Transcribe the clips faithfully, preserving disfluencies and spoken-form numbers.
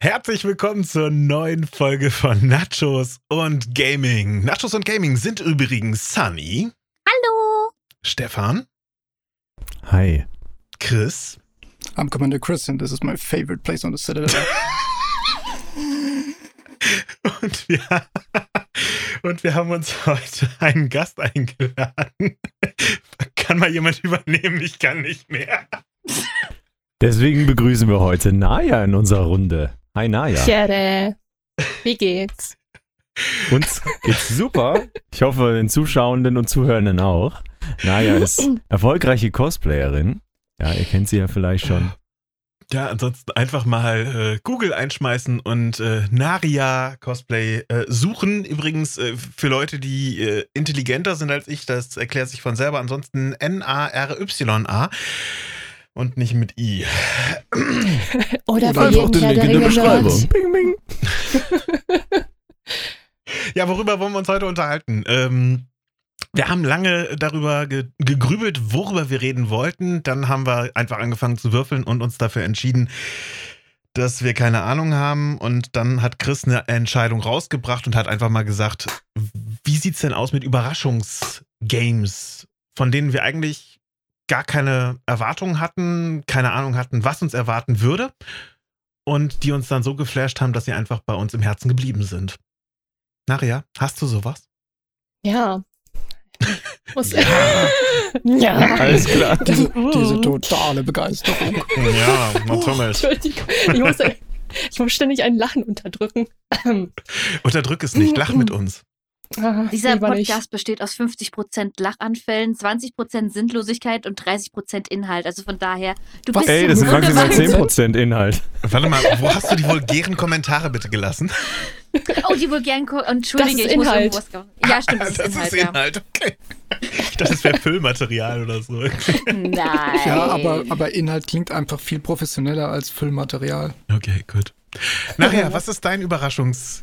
Herzlich willkommen zur neuen Folge von Nachos und Gaming. Nachos und Gaming sind übrigens Sunny. Hallo. Stefan. Hi. Chris. I'm Commander Chris and this is my favorite place on the Citadel. Und wir, und wir haben uns heute einen Gast eingeladen. Kann mal jemand übernehmen? Ich kann nicht mehr. Deswegen begrüßen wir heute Naya in unserer Runde. Hi Naya. Tjere. Wie geht's? Uns geht's super. Ich hoffe, den Zuschauenden und Zuhörenden auch. Naya ist erfolgreiche Cosplayerin. Ja, ihr kennt sie ja vielleicht schon. Ja, ansonsten einfach mal äh, Google einschmeißen und äh, Naria Cosplay äh, suchen. Übrigens äh, für Leute, die äh, intelligenter sind als ich, das erklärt sich von selber. Ansonsten N A R Y A und nicht mit I. Oder, Oder für einfach jeden den Herr Link der in der Ringe Beschreibung. Nerd. Bing, bing. Ja, worüber wollen wir uns heute unterhalten? Ähm, wir haben lange darüber ge- gegrübelt, worüber wir reden wollten. Dann haben wir einfach angefangen zu würfeln und uns dafür entschieden, dass wir keine Ahnung haben. Und dann hat Chris eine Entscheidung rausgebracht und hat einfach mal gesagt, wie sieht's denn aus mit Überraschungsgames, von denen wir eigentlich gar keine Erwartungen hatten, keine Ahnung hatten, was uns erwarten würde. Und die uns dann so geflasht haben, dass sie einfach bei uns im Herzen geblieben sind. Naria, hast du sowas? Ja. Muss Ja. ja. Alles klar. Diese, diese totale Begeisterung. Ja, natürlich. Entschuldigung. Ich muss, ich muss ständig ein Lachen unterdrücken. Unterdrück es nicht, lach mit uns. Ah, Dieser lieber Podcast nicht. besteht aus fünfzig Prozent Lachanfällen, zwanzig Prozent Sinnlosigkeit und dreißig Prozent Inhalt. Also von daher, du Was? bist Ey, das sind wunderbar. maximal zehn Prozent Inhalt. Warte mal, wo hast du die vulgären Kommentare bitte gelassen? Oh, die vulgären Ko- Entschuldige, Das ist ich muss Inhalt. irgendwas machen. Ja, stimmt, das ist das Inhalt, ist Inhalt, okay. Ich dachte, es wäre Füllmaterial oder so. ja. Nein. Ja, aber, aber Inhalt klingt einfach viel professioneller als Füllmaterial. Okay, gut. Nachher, was ist dein Überraschungsgame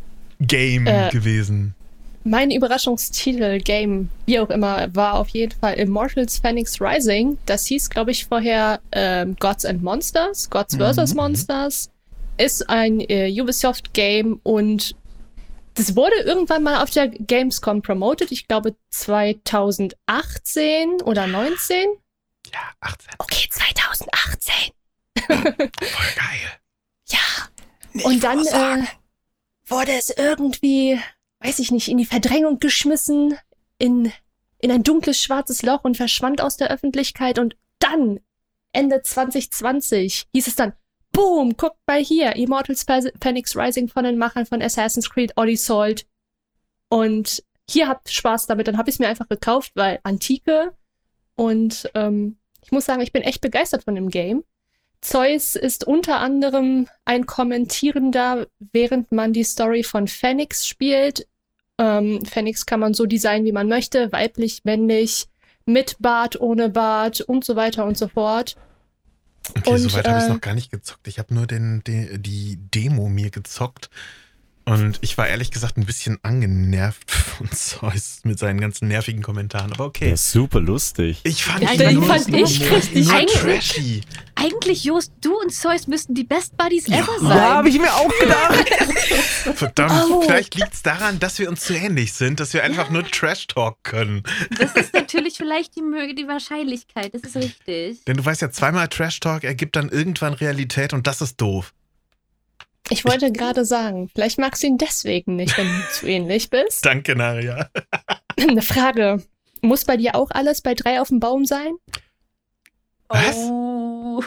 Äh, gewesen? Mein Überraschungstitel, Game, wie auch immer, war auf jeden Fall Immortals Phoenix Rising. Das hieß, glaube ich, vorher ähm, Gods and Monsters, Gods versus. Monsters. Ist ein äh, Ubisoft-Game und das wurde irgendwann mal auf der Gamescom promoted. Ich glaube zweitausendachtzehn oder neunzehn. Ja, achtzehn. Okay, zweitausendachtzehn. Voll geil. Ja. Und dann äh, wurde es irgendwie, weiß ich nicht, in die Verdrängung geschmissen, in, in ein dunkles, schwarzes Loch und verschwand aus der Öffentlichkeit. Und dann, Ende zwanzig zwanzig, hieß es dann, boom, guckt mal hier, Immortals Phoenix Rising von den Machern von Assassin's Creed Odyssey. Und hier habt Spaß damit. Dann habe ich es mir einfach gekauft, weil Antike. Und ähm, ich muss sagen, ich bin echt begeistert von dem Game. Zeus ist unter anderem ein Kommentierender, während man die Story von Phoenix spielt. Ähm, Phoenix kann man so designen, wie man möchte, weiblich, männlich, mit Bart, ohne Bart und so weiter und so fort. Okay, Und, soweit habe ich äh, noch gar nicht gezockt. Ich habe nur den, den, die Demo mir gezockt. Und ich war ehrlich gesagt ein bisschen angenervt von Zeus mit seinen ganzen nervigen Kommentaren. Aber okay. Das ist super lustig. Ich fand Ja, ihn den nur, fand nur, ich nur, richtig nur eigentlich- trashy. Eigentlich, Jost, du und Zeus müssten die Best Buddies ever sein. Ja, habe ich mir auch gedacht. Verdammt, Oh. vielleicht liegt es daran, dass wir uns zu ähnlich sind, dass wir einfach nur Trash-Talk können. Das ist natürlich vielleicht die, Mö- die Wahrscheinlichkeit, das ist richtig. Denn du weißt ja, zweimal Trash-Talk ergibt dann irgendwann Realität und das ist doof. Ich wollte gerade sagen, vielleicht magst du ihn deswegen nicht, wenn du zu ähnlich bist. Danke, Naria. Eine Frage. Muss bei dir auch alles bei drei auf dem Baum sein? Was? Oh.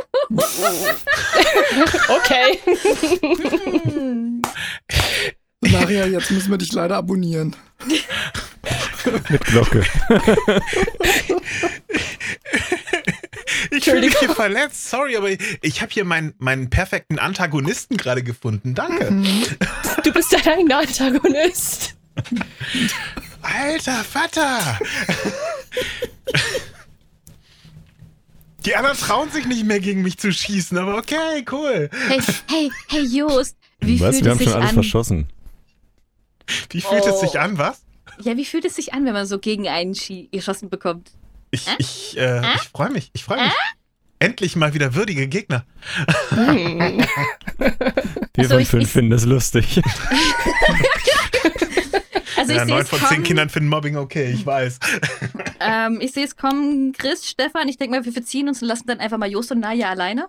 Okay. Maria, jetzt müssen wir dich leider abonnieren. Mit Glocke. Ich fühle mich hier verletzt, sorry, aber ich habe hier meinen, meinen perfekten Antagonisten gerade gefunden. Danke. Du bist dein eigener Antagonist. Alter Vater! Die anderen trauen sich nicht mehr gegen mich zu schießen, aber okay, cool. Hey, hey, hey, Jost, wie Was? fühlt Wir es haben sich schon alles an? verschossen. Wie fühlt es Oh. sich an, was? Ja, wie fühlt es sich an, wenn man so gegen einen schie- geschossen bekommt? Ich, Äh? ich, äh, Äh? ich freue mich, ich freue mich. Endlich mal wieder würdige Gegner. Hm. Vier Also von ich- fünf ich- finden das lustig. Also ich Ja, sehe neun es von zehn kommen, Kindern finden Mobbing okay, ich weiß. ähm, ich sehe es kommen, Chris, Stefan, ich denke mal, wir verziehen uns und lassen dann einfach mal Jost und Naya alleine.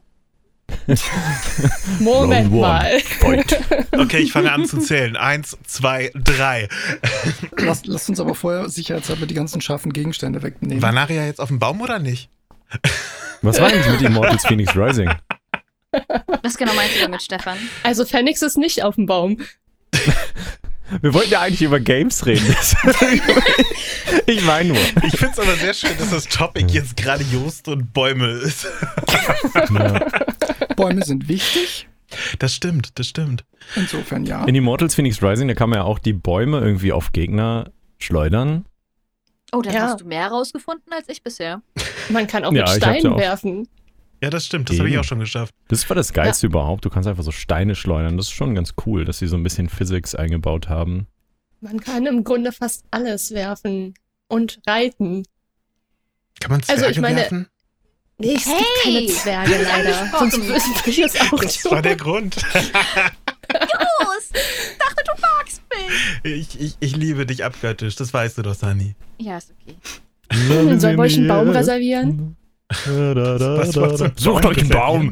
Moment Round one. mal. Fight. Okay, ich fange an zu zählen. Eins, zwei, drei. Lass, lass uns aber vorher sicherheitshalber die ganzen scharfen Gegenstände wegnehmen. War Naria jetzt auf dem Baum oder nicht? Was war eigentlich mit Immortals Phoenix Rising? Was genau meinst du damit, Stefan? Also Phoenix ist nicht auf dem Baum. Wir wollten ja eigentlich über Games reden. Ich meine nur. Ich finde es aber sehr schön, dass das Topic jetzt gerade Jost und Bäume ist. Ja. Bäume sind wichtig. Das stimmt, das stimmt. Insofern ja. In Immortals Phoenix Rising, da kann man ja auch die Bäume irgendwie auf Gegner schleudern. Oh, dann Ja. hast du mehr rausgefunden als ich bisher. Man kann auch Ja, mit ich hab's Steinen ja auch. werfen. Ja, das stimmt. Das habe ich Eben. auch schon geschafft. Das war das Geilste überhaupt. Du kannst einfach so Steine schleudern. Das ist schon ganz cool, dass sie so ein bisschen Physics eingebaut haben. Man kann im Grunde fast alles werfen. Und reiten. Kann man Zwerge Also, ich meine- werfen? Nee, es gibt Hey! keine Zwerge leider. Sonst würde ich es auch Das war tun. der Grund. Jost! Ich dachte, du magst mich! Ich, ich, ich liebe dich abgöttisch. Das weißt du doch, Sani. Ja, ist okay. Sollen wir euch einen Baum reservieren? Was war zum Sucht Baum euch einen Baum.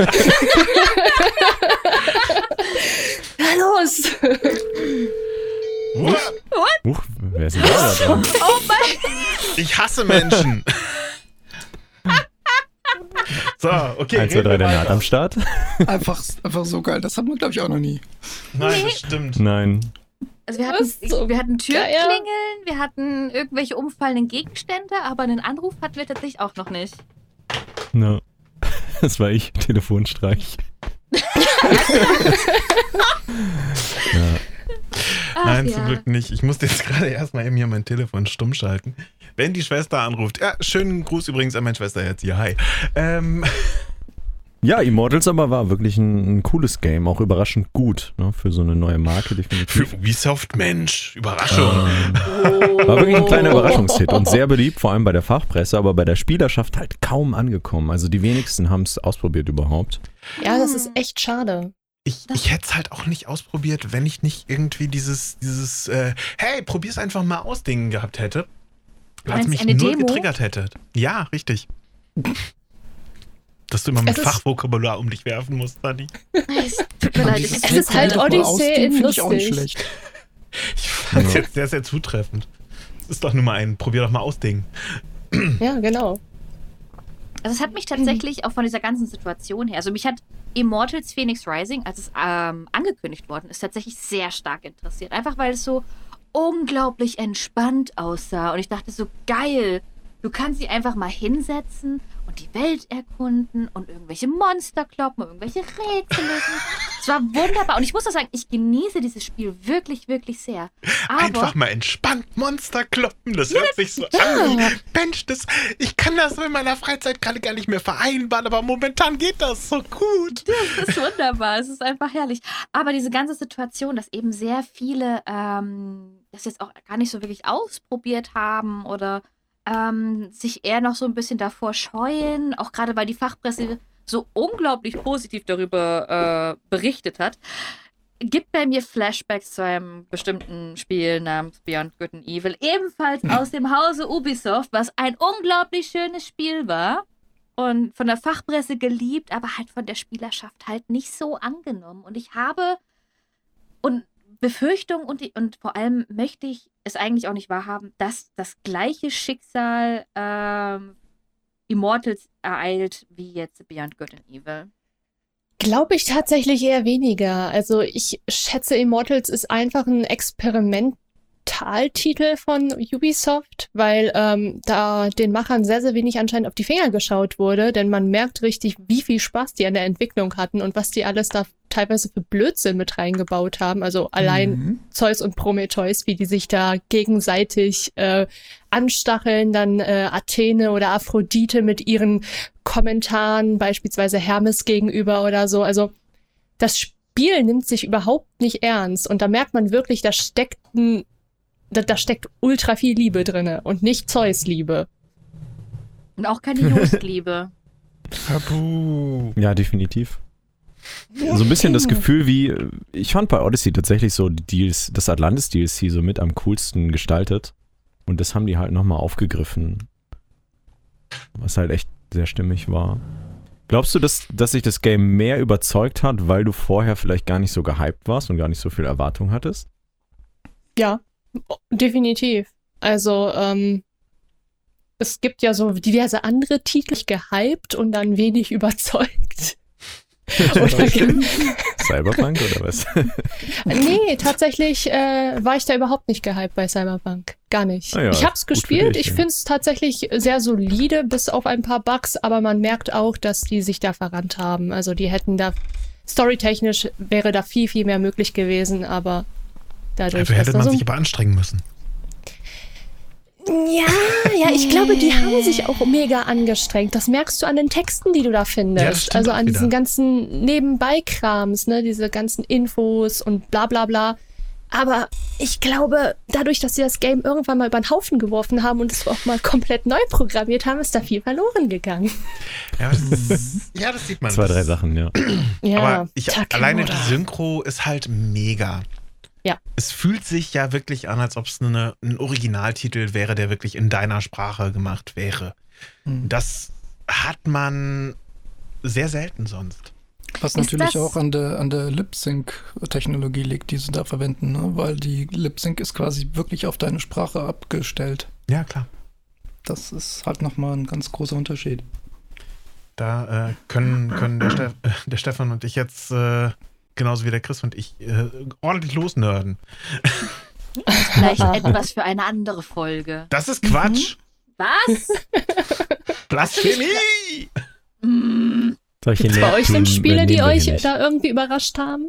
Na los! What? Huch, wer ist denn da dran? Oh mein Ich hasse Menschen. So, okay. Eins, zwei, reden drei, wir der Naht weiter. am Start? Einfach, einfach so geil. Das hat man, glaube ich, auch noch nie. Nein, das stimmt. Nein. Also wir hatten, Das ist so wir hatten Türen geil. klingeln, wir hatten irgendwelche umfallenden Gegenstände, aber einen Anruf hatten wir tatsächlich auch noch nicht. No. Das war ich, Telefonstreich. Ja. Ach, Nein, ja. zum Glück nicht. Ich musste jetzt gerade erstmal eben hier mein Telefon stumm schalten. Wenn die Schwester anruft. Ja, schönen Gruß übrigens an meine Schwester jetzt hier. Hi. Ähm, Ja, Immortals aber war wirklich ein, ein cooles Game, auch überraschend gut, ne, für so eine neue Marke für definitiv. Ubisoft, Mensch. Überraschung. Ähm, war wirklich ein kleiner Überraschungshit und sehr beliebt, vor allem bei der Fachpresse, aber bei der Spielerschaft halt kaum angekommen. Also die wenigsten haben es ausprobiert überhaupt. Ja, das ist echt schade. Ich, ich hätte es halt auch nicht ausprobiert, wenn ich nicht irgendwie dieses, dieses äh, hey, probier's einfach mal aus Ding gehabt hätte. Weil es meinst mich eine null Demo? getriggert hätte. Ja, richtig. Dass du immer mit Es ist- Fachvokabular um dich werfen musst, Dani. Es tut mir leid, Dieses es Es ist halt Probier doch mal aus, Odyssey den in finde ich auch nicht lustig. schlecht. Ich fand es Ja. jetzt sehr, sehr zutreffend. Das ist doch nur mal ein, probier doch mal aus Ding. Ja, genau. Also es hat mich tatsächlich auch von dieser ganzen Situation her, also mich hat Immortals Phoenix Rising, als es ähm, angekündigt worden ist, tatsächlich sehr stark interessiert. Einfach weil es so unglaublich entspannt aussah. Und ich dachte so, geil, du kannst sie einfach mal hinsetzen und die Welt erkunden und irgendwelche Monster kloppen und irgendwelche Rätsel lösen. Es war wunderbar. Und ich muss auch sagen, ich genieße dieses Spiel wirklich, wirklich sehr. Aber Einfach mal entspannt Monster kloppen. Das hört sich so an. wie, Mensch, das, ich kann das in meiner Freizeit gerade gar nicht mehr vereinbaren, aber momentan geht das so gut. es ist wunderbar, es ist einfach herrlich. Aber diese ganze Situation, dass eben sehr viele ähm, das jetzt auch gar nicht so wirklich ausprobiert haben oder ähm, sich eher noch so ein bisschen davor scheuen, auch gerade weil die Fachpresse so unglaublich positiv darüber äh, berichtet hat, gibt bei mir Flashbacks zu einem bestimmten Spiel namens Beyond Good and Evil, ebenfalls aus dem Hause Ubisoft, was ein unglaublich schönes Spiel war und von der Fachpresse geliebt, aber halt von der Spielerschaft halt nicht so angenommen. Und ich habe und Befürchtung und, die, und vor allem möchte ich es eigentlich auch nicht wahrhaben, dass das gleiche Schicksal ähm, Immortals ereilt wie jetzt Beyond Good and Evil. Glaube ich tatsächlich eher weniger. Also ich schätze, Immortals ist einfach ein Experimentaltitel von Ubisoft, weil ähm, da den Machern sehr, sehr wenig anscheinend auf die Finger geschaut wurde, denn man merkt richtig, wie viel Spaß die an der Entwicklung hatten und was die alles da teilweise für Blödsinn mit reingebaut haben. Also allein Mhm. Zeus und Prometheus, wie die sich da gegenseitig äh, anstacheln, dann äh, Athene oder Aphrodite mit ihren Kommentaren, beispielsweise Hermes gegenüber oder so. Also das Spiel nimmt sich überhaupt nicht ernst und da merkt man wirklich, da steckt ein, da, da steckt ultra viel Liebe drinne und nicht Zeus Liebe. Und auch keine Just-Liebe. Tabu. Ja, definitiv. So ein bisschen das Gefühl wie, ich fand bei Odyssey tatsächlich so die D L C, das Atlantis-D L C so mit am coolsten gestaltet. Und das haben die halt nochmal aufgegriffen. Was halt echt sehr stimmig war. Glaubst du, dass, dass sich das Game mehr überzeugt hat, weil du vorher vielleicht gar nicht so gehypt warst und gar nicht so viel Erwartung hattest? Ja, definitiv. Also, ähm, es gibt ja so diverse andere Titel, gehypt und dann wenig überzeugt. Oder Cyberpunk oder was? Nee, tatsächlich äh, war ich da überhaupt nicht gehypt bei Cyberpunk. Gar nicht. Ah ja, ich hab's gut für gespielt, dich, ich ja. find's tatsächlich sehr solide, bis auf ein paar Bugs, aber man merkt auch, dass die sich da verrannt haben. Also die hätten da, storytechnisch wäre da viel, viel mehr möglich gewesen, aber dadurch, Dafür hätte dass da man so sich aber anstrengen müssen. Ja, ja, ich glaube, die haben sich auch mega angestrengt. Das merkst du an den Texten, die du da Ja, das findest. stimmt Also auch an wieder. diesen ganzen Nebenbei-Krams, ne, diese ganzen Infos und bla bla bla. Aber ich glaube, dadurch, dass sie das Game irgendwann mal über den Haufen geworfen haben und es auch mal komplett neu programmiert haben, ist da viel verloren gegangen. Ja, das, ist, ja, das sieht man. Zwei, drei Das- Sachen, ja. Ja, Aber ich, Takemura. alleine die Synchro ist halt mega. Ja. Es fühlt sich ja wirklich an, als ob es eine, ein Originaltitel wäre, der wirklich in deiner Sprache gemacht wäre. Mhm. Das hat man sehr selten sonst. Was Ist natürlich das- auch an der, an der Lip-Sync-Technologie liegt, die sie da verwenden, ne? Weil die Lip-Sync ist quasi wirklich auf deine Sprache abgestellt. Ja, klar. Das ist halt nochmal ein ganz großer Unterschied. Da äh, können, können der, Ste äh, der Stefan und ich jetzt, äh, genauso wie der Chris und ich, äh, ordentlich losnörden. Vielleicht etwas für eine andere Folge. Das ist Quatsch. Was? Blasphemie! Mm, Solche Gibt's bei euch denn Nerven Spiele, die übernehmen wir euch hier nicht. da irgendwie überrascht haben?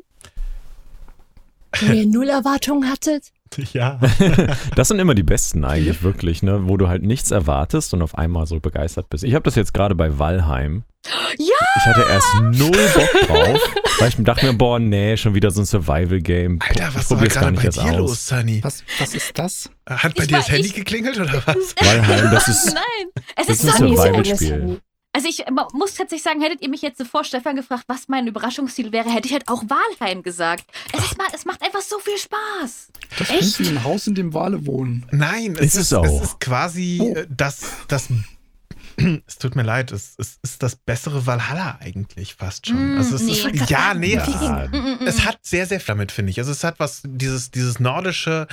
Wo ihr null Erwartungen hattet? Ja. Das sind immer die besten eigentlich, wirklich, ne? Wo du halt nichts erwartest und auf einmal so begeistert bist. Ich habe das jetzt gerade bei Valheim. Ja! Ich hatte erst null Bock drauf, weil ich dachte mir, boah, nee, schon wieder so ein Survival-Game. Alter, Ich was war probier's gar gerade nicht bei erst dir aus. los, Sunny? Was, was ist das? Hat bei Ich dir war- das Handy ich- geklingelt oder was? Valheim, das ist, Nein! Es das ist ist ein Sunny. Survival-Spiel. Also ich ma- muss tatsächlich sagen, hättet ihr mich jetzt so vor Stefan gefragt, was mein Überraschungstitel wäre, hätte ich halt auch Valheim gesagt. Es, ist mal, es macht einfach so viel Spaß. Das Echt? klingt wie ein Haus, in dem Wale wohnen. Nein, es Ist ist, es auch. es ist quasi Oh. äh, das, das es tut mir leid, es, es ist das bessere Valhalla eigentlich fast schon. Mm, also es nee. ist, Ich wollte grad ja, sagen, nee, es, ja. ist, Mm, mm, mm. es hat sehr, sehr viel damit, finde ich. Also es hat was, dieses, dieses nordische,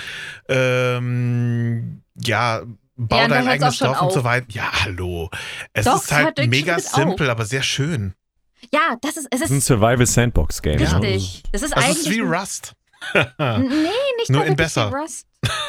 ähm, ja, bau Ja, da dein hört's eigenes auch schon Dorf und so auf. weiter. Ja, hallo. Es Doch, ist es halt hört irgendwie mega mit simpel, auf. aber sehr schön. Ja, das ist, es das ist ein ist Survival-Sandbox-Game. ne? richtig. Das ist Das eigentlich ist wie ein- Rust. Nee, nicht Nur mal in wirklich besser. wie Rust.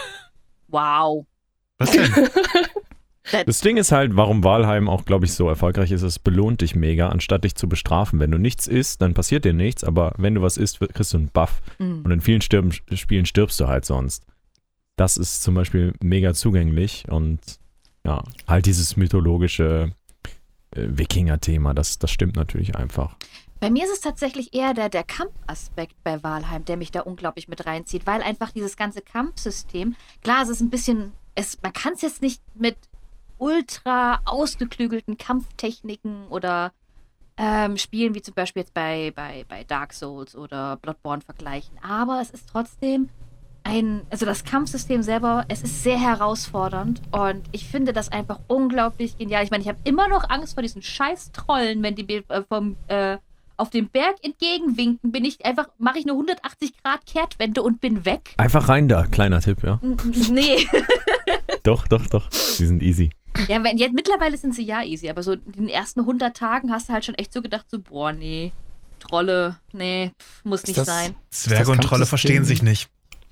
Wow. Was denn? Das Ding ist halt, warum Valheim auch, glaube ich, so erfolgreich ist, es belohnt dich mega, anstatt dich zu bestrafen. Wenn du nichts isst, dann passiert dir nichts, aber wenn du was isst, wird- kriegst du einen Buff. Mm. Und in vielen Stirben, Spielen stirbst du halt sonst. Das ist zum Beispiel mega zugänglich und ja, halt dieses mythologische äh, Wikinger-Thema, das, das stimmt natürlich einfach. Bei mir ist es tatsächlich eher der, der Kampfaspekt bei Valheim, der mich da unglaublich mit reinzieht, weil einfach dieses ganze Kampfsystem, klar, es ist ein bisschen, es, man kann es jetzt nicht mit ultra ausgeklügelten Kampftechniken oder ähm, Spielen wie zum Beispiel jetzt bei, bei, bei Dark Souls oder Bloodborne vergleichen, aber es ist trotzdem ein, also das Kampfsystem selber, es ist sehr herausfordernd und ich finde das einfach unglaublich genial. Ich meine, ich habe immer noch Angst vor diesen scheiß Trollen, wenn die mir äh, vom äh, auf dem Berg entgegenwinken, bin ich einfach, mache ich eine hundertachtzig Grad Kehrtwende und bin weg. Einfach rein da, kleiner Tipp, ja. N- n- Nee. Doch, doch, doch, die sind easy. Ja, wenn, jetzt, mittlerweile sind sie ja easy, aber so in den ersten hundert Tagen hast du halt schon echt so gedacht, so, boah, nee, Trolle, nee, pf, muss Ist nicht das- sein. Zwerge und Trolle Kampfsystem- verstehen sich nicht.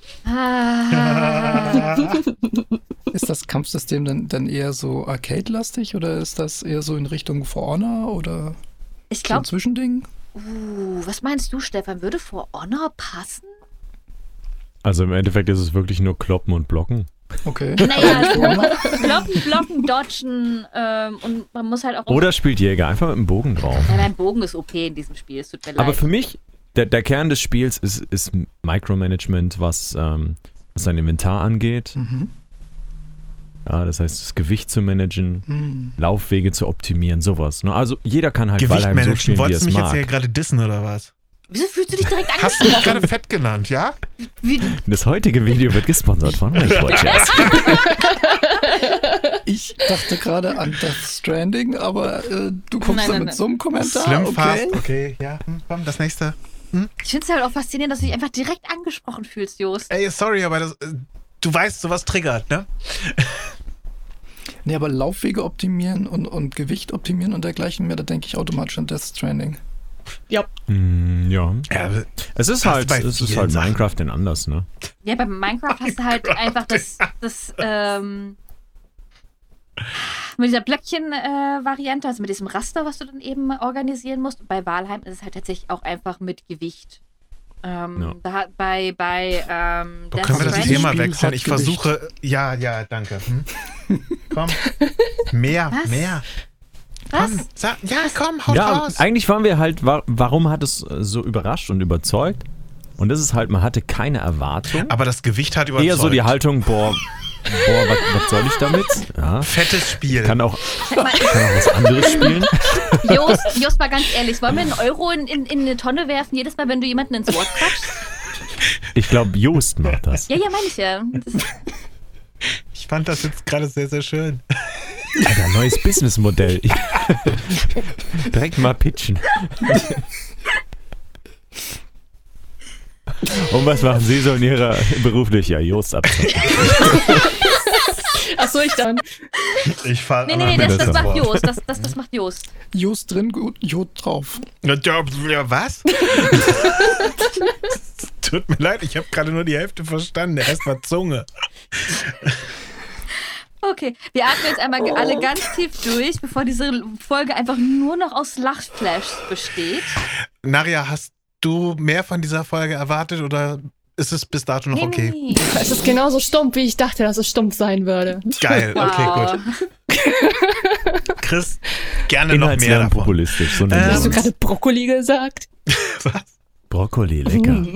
Ah. Ist das Kampfsystem dann, dann eher so arcade-lastig oder ist das eher so in Richtung For Honor oder Ich so ein glaube, Zwischending? uh, was meinst du, Stefan, würde For Honor passen? Also im Endeffekt ist es wirklich nur kloppen und blocken. Okay. Naja, blocken, blocken, dodgen ähm, und man muss halt auch... Oder spielt Jäger einfach mit dem Bogen drauf. Ja, mein Bogen ist O P in diesem Spiel, es tut mir leid. Aber für mich, der, der Kern des Spiels ist, ist Micromanagement, was, ähm, was dein Inventar angeht. Mhm. Ja, das heißt, das Gewicht zu managen, Hm. Laufwege zu optimieren, sowas. Ne? Also jeder kann halt Gewicht Valheim so managen. spielen, wie er Wolltest es du mich jetzt mag. hier gerade dissen oder was? Wieso fühlst du dich direkt Hast du mich angesprochen? gerade fett genannt, ja? Wie, Das heutige Video wird gesponsert von Watchers. Ich dachte gerade an Death Stranding, aber äh, du kommst Nein, da nein, mit nein. so einem Kommentar. Slim okay. fast. Okay, ja. Hm, komm, das nächste. ich finde es halt auch faszinierend, dass du dich einfach direkt angesprochen fühlst, Jost. Ey, sorry, aber das, äh, du weißt, sowas triggert, ne? Nee, aber Laufwege optimieren und, und Gewicht optimieren und dergleichen mehr, da denke ich automatisch an Death Stranding. Mm, ja. Ja, Es ist Hast halt, bei es ist vielen halt Sachen. Minecraft in anders, ne? Ja, bei Minecraft hast du halt einfach das, das ähm, mit dieser Blöckchen-Variante, also mit diesem Raster, was du dann eben organisieren musst. Und bei Valheim ist es halt tatsächlich auch einfach mit Gewicht. Ähm, Ja. da hat bei, bei ähm, Wo Death können wir das Stranding- Thema Spiel wechseln? hat Ich Gewicht. versuche. Ja, ja, danke. Hm? Komm. Mehr, Was? mehr. Was? Komm, sag, ja, komm, haut Ja, raus. eigentlich waren wir halt, wa warum hat es äh, so überrascht und überzeugt? Und das ist halt, man hatte keine Erwartung. Aber das Gewicht hat überzeugt. Eher so die Haltung, boah, boah, was, was soll ich damit? Ja. Fettes Spiel. Kann auch, kann auch was anderes spielen. Jost, Jost, mal ganz ehrlich, wollen wir einen Euro in, in, in eine Tonne werfen, jedes Mal, wenn du jemanden ins Wort quatschst? Ich glaube, Joost macht das. Ja, ja, meine ich ja. Das, Ich fand das jetzt gerade sehr, sehr schön. Alter, neues Businessmodell. Ich- Direkt mal pitchen. Und was machen Sie so in Ihrer beruflich? Ja, Joost abzocken. Achso, ich dann. Ich fall nee, nee, nee, das, das das macht Wort. Jost. Das, das, das macht Jost. Joost drin, gut, Jod drauf. Ja, was? Tut mir leid, ich habe gerade nur die Hälfte verstanden. Der Rest war Zunge. Okay, wir atmen jetzt einmal Oh. alle ganz tief durch, bevor diese Folge einfach nur noch aus Lachflashs besteht. Naria, hast du mehr von dieser Folge erwartet oder ist es bis dato noch okay? Nee, nee. Es ist genauso stumpf, wie ich dachte, dass es stumpf sein würde. Geil, okay, Wow. gut. Chris, gerne noch mehr Inhaltsleer und davon. populistisch. So Ähm, eine Hast du Und- gerade Brokkoli gesagt? Was? Brokkoli, lecker. Hm.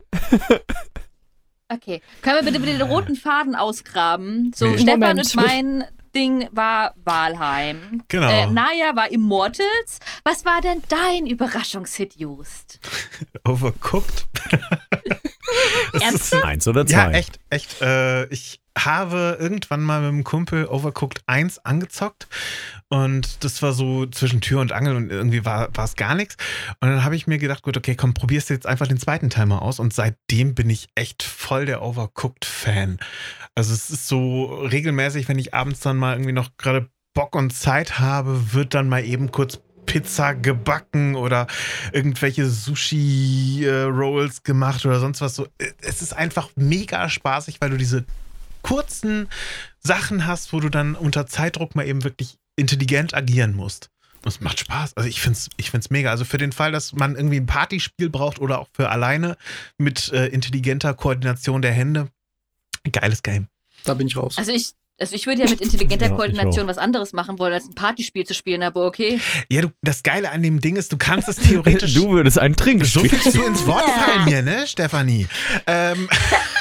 Okay, können wir bitte, bitte den roten Faden ausgraben? So, Nee. Stefan Moment. und mein Ding war Valheim. Genau. Äh, Naya war Immortals. Was war denn dein Überraschungshit, Just? Overcooked? Es ist- Ernsthaft? Eins oder zwei? Ja, echt, echt. Äh, ich habe irgendwann mal mit einem Kumpel Overcooked eins angezockt und das war so zwischen Tür und Angel und irgendwie war war es gar nichts. Und dann habe ich mir gedacht, gut, okay, komm, probierst du jetzt einfach den zweiten Teil mal aus und seitdem bin ich echt voll der Overcooked-Fan. Also es ist so regelmäßig, wenn ich abends dann mal irgendwie noch gerade Bock und Zeit habe, wird dann mal eben kurz Pizza gebacken oder irgendwelche Sushi-Rolls gemacht oder sonst was. So, es ist einfach mega spaßig, weil du diese kurzen Sachen hast, wo du dann unter Zeitdruck mal eben wirklich intelligent agieren musst. Und es macht Spaß. Also ich finde es ich find's mega. Also für den Fall, dass man irgendwie ein Partyspiel braucht oder auch für alleine mit äh, intelligenter Koordination der Hände, geiles Game. Da bin ich raus. Also ich, also ich würde ja mit intelligenter Ja, ich Koordination auch. was anderes machen wollen, als ein Partyspiel zu spielen, aber okay. Ja, du, das Geile an dem Ding ist, du kannst es theoretisch... Du würdest ein so Trinkspiel. willst du ins Wort Ja. fallen mir, ne, Stefanie? Ähm,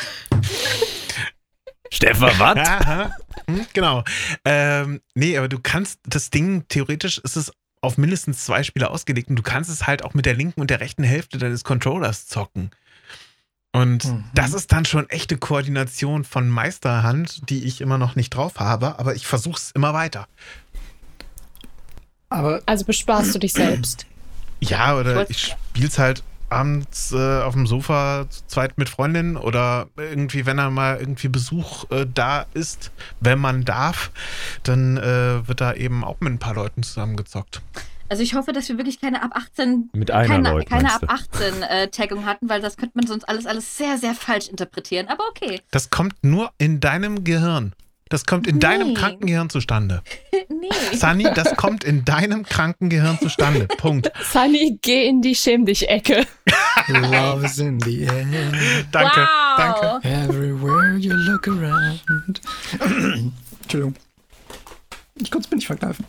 Stefan, was? Aha. Hm, genau. Ähm, nee, aber du kannst das Ding, theoretisch ist es auf mindestens zwei Spieler ausgelegt und du kannst es halt auch mit der linken und der rechten Hälfte deines Controllers zocken. Und Mhm. das ist dann schon echte Koordination von Meisterhand, die ich immer noch nicht drauf habe, aber ich versuche es immer weiter. Aber Also bespaßt du dich selbst. Ja, Ich oder wollte- ich spiele es halt abends äh, auf dem Sofa zu zweit mit Freundinnen oder irgendwie, wenn da mal irgendwie Besuch äh, da ist, wenn man darf, dann äh, wird da eben auch mit ein paar Leuten zusammengezockt. Also ich hoffe, dass wir wirklich keine ab achtzehn, Mit einer keine, Leut, keine meinst ab du? achtzehn äh, Taggung hatten, weil das könnte man sonst alles, alles sehr, sehr falsch interpretieren. Aber okay. Das kommt nur in deinem Gehirn. Das kommt in Nee. deinem kranken Gehirn zustande. Nee. Sunny, das kommt in deinem kranken Gehirn zustande. Punkt. Sunny, geh in die Schäm dich Ecke. Love is in the air. Danke, wow. danke. Everywhere you look around. Entschuldigung. Ich konnte es mir nicht verkneifen.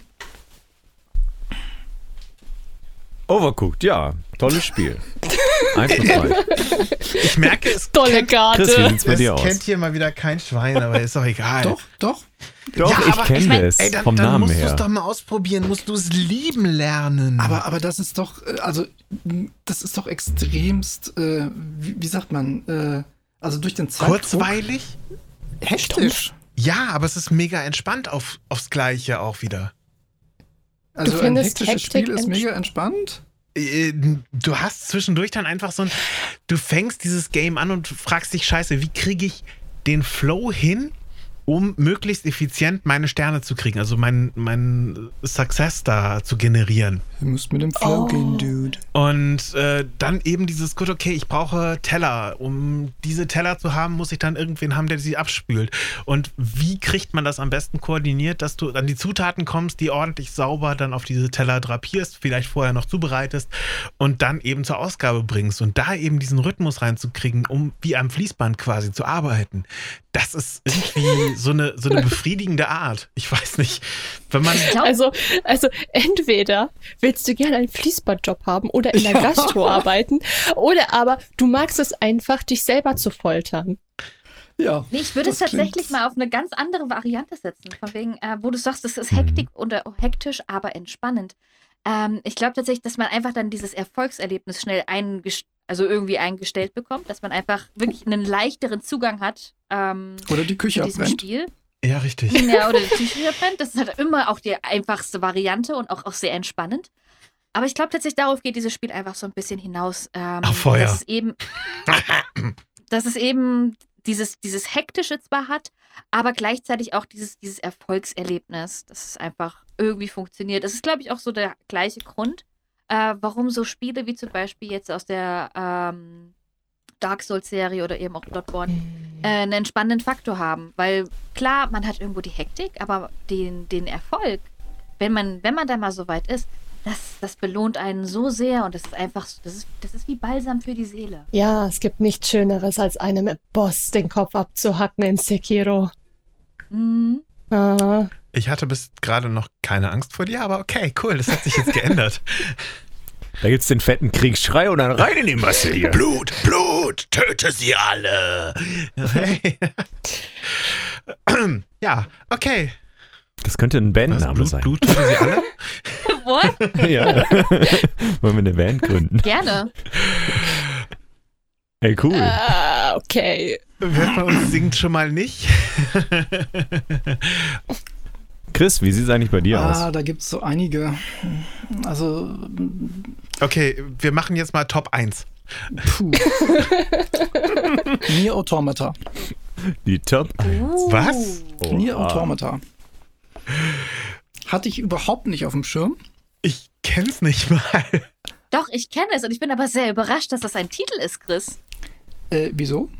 Overcooked, ja. Tolles Spiel. Eins und zwei. Ich merke, es Tolle kennt, Karte. Chris, wie sieht's bei es dir aus? kennt hier mal wieder kein Schwein, aber ist doch egal. Doch, doch. Doch, Ja, ich aber kenne ich mein, es Ey, dann, vom dann Namen musst du es her. doch mal ausprobieren, musst du es lieben lernen. Aber, aber das ist doch, äh, also, m, das ist doch extremst, äh, wie, wie sagt man, äh, also durch den Zeitdruck. Kurzweilig? Hektisch. Ja, aber es ist mega entspannt auf, aufs Gleiche auch wieder. Also ein findest hektisches Hektik Spiel ist ents- mega entspannt. Äh, Du hast zwischendurch dann einfach so ein, du fängst dieses Game an und fragst dich, scheiße, wie kriege ich den Flow hin, um möglichst effizient meine Sterne zu kriegen, also meinen mein Success da zu generieren. Du musst mit dem Flow Oh. gehen, Dude. Und äh, dann eben dieses, gut, okay, ich brauche Teller. Um diese Teller zu haben, muss ich dann irgendwen haben, der sie abspült. Und wie kriegt man das am besten koordiniert, dass du an die Zutaten kommst, die ordentlich sauber dann auf diese Teller drapierst, vielleicht vorher noch zubereitest und dann eben zur Ausgabe bringst. Und da eben diesen Rhythmus reinzukriegen, um wie am Fließband quasi zu arbeiten. Das ist irgendwie so eine, so eine befriedigende Art. Ich weiß nicht, wenn man... Ich glaub, Also, also entweder willst du gerne einen Fließbandjob haben oder in der Ja. Gastro arbeiten, oder aber du magst es einfach, dich selber zu foltern. Ja. Nee, ich würde es das tatsächlich klingt- mal auf eine ganz andere Variante setzen. Von wegen, äh, wo du sagst, das ist Hektik oder hektisch, aber entspannend. Ähm, ich glaube tatsächlich, dass man einfach dann dieses Erfolgserlebnis schnell eingest also irgendwie eingestellt bekommt, dass man einfach wirklich einen leichteren Zugang hat ähm, Oder die zu Küche diesem abbrennt. Spiel. Ja, richtig. Ja, oder die Küche brennt. Das ist halt immer auch die einfachste Variante und auch, auch sehr entspannend. Aber ich glaube tatsächlich, darauf geht dieses Spiel einfach so ein bisschen hinaus. Ähm, Auf Feuer. Dass es eben, dass es eben dieses, dieses Hektische zwar hat, aber gleichzeitig auch dieses, dieses Erfolgserlebnis, dass es einfach irgendwie funktioniert. Das ist, glaube ich, auch so der gleiche Grund, äh, warum so Spiele wie zum Beispiel jetzt aus der ähm, Dark Souls-Serie oder eben auch Bloodborne äh, einen entspannenden Faktor haben. Weil klar, man hat irgendwo die Hektik, aber den, den Erfolg, wenn man, wenn man da mal so weit ist, das, das belohnt einen so sehr und das ist einfach, das ist, das ist wie Balsam für die Seele. Ja, es gibt nichts Schöneres, als einem Boss den Kopf abzuhacken in Sekiro. Mhm. Ah, Ich hatte bis gerade noch keine Angst vor dir, aber okay, cool, das hat sich jetzt geändert. Da gibt's den fetten Kriegsschrei und dann rein in die Masse hier. Blut, Blut, töte sie alle. Hey. Ja, okay. Das könnte ein Was, Bandname Blut, sein. Blut, töte sie alle? What? Ja. Wollen wir eine Band gründen? Gerne. Ey, cool. ah, okay. Wer von uns singt schon mal nicht? Chris, wie sieht's eigentlich bei dir Ah, aus? da gibt es so einige. Also, Okay, wir machen jetzt mal Top eins. puh. Nier Automata. Die Top. Uh. Was? Oh, Nier ah. Automata. Hatte ich überhaupt nicht auf dem Schirm. Ich kenn's nicht mal. Doch, ich kenne es und ich bin aber sehr überrascht, dass das ein Titel ist, Chris. Äh, wieso?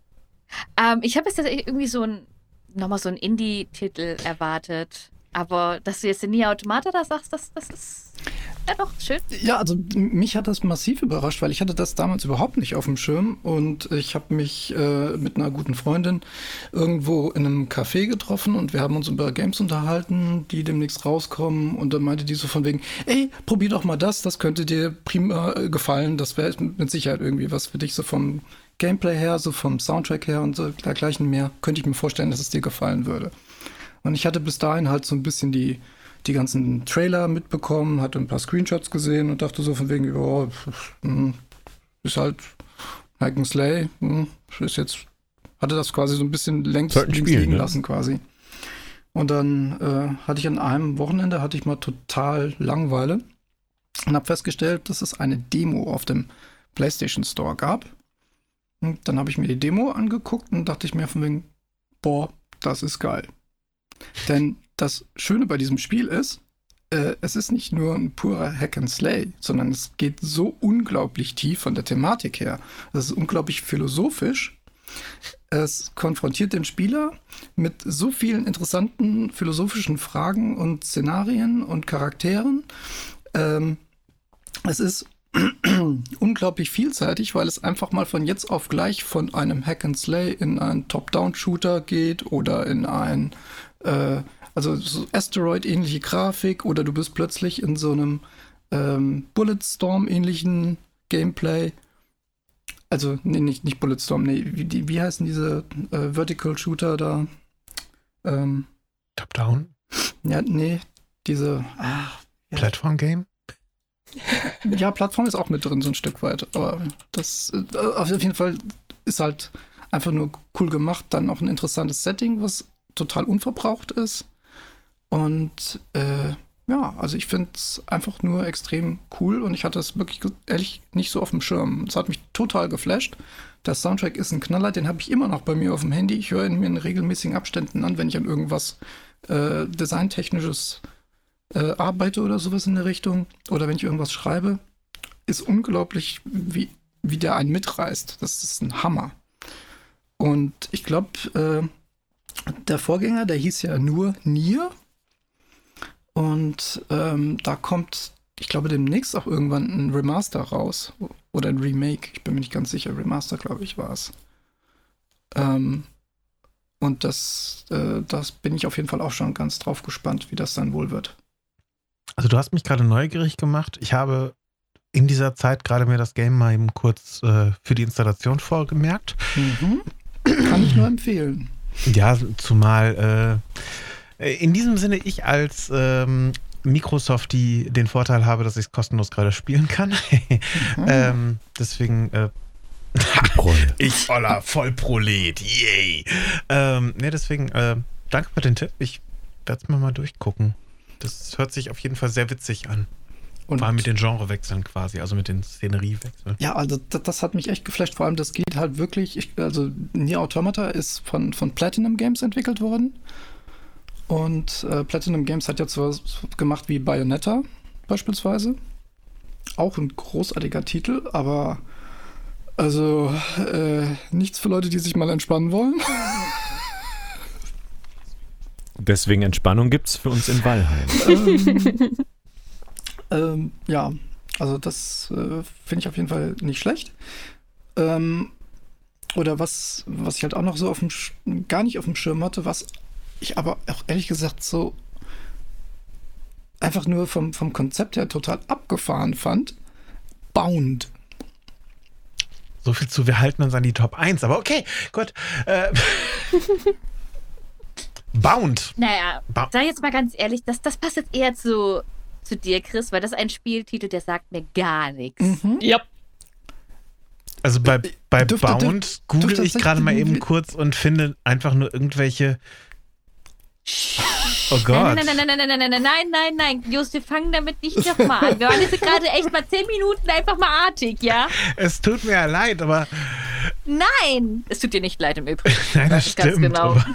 Ähm, ich habe jetzt tatsächlich irgendwie so ein, nochmal so einen Indie-Titel erwartet. Aber dass du jetzt den Nier Automata da sagst, das, das ist ja doch schön. Ja, also m- mich hat das massiv überrascht, weil ich hatte das damals überhaupt nicht auf dem Schirm und ich habe mich äh, mit einer guten Freundin irgendwo in einem Café getroffen und wir haben uns über Games unterhalten, die demnächst rauskommen und dann meinte die so von wegen, ey, probier doch mal das, das könnte dir prima äh, gefallen, das wäre mit Sicherheit irgendwie was für dich, so vom Gameplay her, so vom Soundtrack her und so dergleichen mehr, könnte ich mir vorstellen, dass es dir gefallen würde. Und ich hatte bis dahin halt so ein bisschen die, die ganzen Trailer mitbekommen, hatte ein paar Screenshots gesehen und dachte so von wegen, ja, pf, hm, ist halt Hack and Slay, hm, ist jetzt, hatte das quasi so ein bisschen längst Sollten links spielen, liegen ne? lassen quasi. Und dann äh, hatte ich an einem Wochenende, hatte ich mal total Langeweile und habe festgestellt, dass es eine Demo auf dem PlayStation Store gab. Und dann habe ich mir die Demo angeguckt und dachte ich mir von wegen, boah, das ist geil. Denn das Schöne bei diesem Spiel ist, äh, es ist nicht nur ein purer Hack and Slay, sondern es geht so unglaublich tief von der Thematik her. Es ist unglaublich philosophisch. Es konfrontiert den Spieler mit so vielen interessanten philosophischen Fragen und Szenarien und Charakteren. Ähm, es ist unglaublich vielseitig, weil es einfach mal von jetzt auf gleich von einem Hack and Slay in einen Top-Down-Shooter geht oder in ein äh, also so Asteroid-ähnliche Grafik oder du bist plötzlich in so einem ähm, Bulletstorm-ähnlichen Gameplay. Also, nee, nicht, nicht Bulletstorm, nee, wie, die, wie heißen diese äh, Vertical-Shooter da? Ähm, Top-Down? Ja, nee, diese ah, ja. Plattform-Game? Ja, Plattform ist auch mit drin, so ein Stück weit. Aber das äh, auf jeden Fall ist halt einfach nur cool gemacht. Dann auch ein interessantes Setting, was total unverbraucht ist. Und äh, ja, also ich finde es einfach nur extrem cool und ich hatte es wirklich ehrlich nicht so auf dem Schirm. Es hat mich total geflasht. Der Soundtrack ist ein Knaller, den habe ich immer noch bei mir auf dem Handy. Ich höre ihn mir in regelmäßigen Abständen an, wenn ich an irgendwas äh, Designtechnisches äh, arbeite oder sowas in der Richtung. Oder wenn ich irgendwas schreibe. Ist unglaublich, wie, wie der einen mitreißt. Das ist ein Hammer. Und ich glaube, äh, der Vorgänger, der hieß ja nur Nier. Und ähm, da kommt, ich glaube, demnächst auch irgendwann ein Remaster raus. Oder ein Remake. Ich bin mir nicht ganz sicher. Remaster, glaube ich, war es. Ähm, und das, äh, das bin ich auf jeden Fall auch schon ganz drauf gespannt, wie das dann wohl wird. Also du hast mich gerade neugierig gemacht. Ich habe in dieser Zeit gerade mir das Game mal eben kurz äh, für die Installation vorgemerkt. Mhm. Kann ich nur empfehlen. Ja, zumal äh, in diesem Sinne ich als ähm, Microsoft die den Vorteil habe, dass ich es kostenlos gerade spielen kann. mhm. ähm, deswegen äh, ich oller Vollprolet, yay. Ähm, ne, deswegen äh, danke für den Tipp. Ich werde es mir mal durchgucken. Das hört sich auf jeden Fall sehr witzig an. Und vor allem mit den Genrewechseln quasi, also mit den Szeneriewechseln. Ja, also das, das hat mich echt geflasht. Vor allem, das geht halt wirklich, ich, also Nier Automata ist von, von Platinum Games entwickelt worden. Und äh, Platinum Games hat ja sowas gemacht wie Bayonetta beispielsweise. Auch ein großartiger Titel, aber also äh, nichts für Leute, die sich mal entspannen wollen. Deswegen Entspannung gibt's für uns in Valheim. ähm, ähm, ja, also das äh, finde ich auf jeden Fall nicht schlecht. Ähm, oder was, was ich halt auch noch so auf dem Sch- gar nicht auf dem Schirm hatte, was ich aber auch ehrlich gesagt so einfach nur vom, vom Konzept her total abgefahren fand. Bound. So viel zu, wir halten uns an die Top eins, aber okay, gut. Äh, Bound. Naja, Ba- sag jetzt mal ganz ehrlich, das, das passt jetzt eher zu, zu dir, Chris, weil das ist ein Spieltitel, der sagt mir gar nichts. Mhm. Ja. Also bei, bei Dürfte- Bound dürfte- google dürfte ich gerade mal tatsächlich- eben kurz und finde einfach nur irgendwelche. Oh Gott. Nein, nein, nein, nein, nein, nein, nein, nein, nein, nein, nein, Just, wir fangen damit nicht nochmal an. Wir waren jetzt gerade echt mal zehn Minuten einfach mal artig, ja? Es tut mir ja leid, aber. Nein! Es tut dir nicht leid im Übrigen. Nein, das ist ganz stimmt. genau. Aber,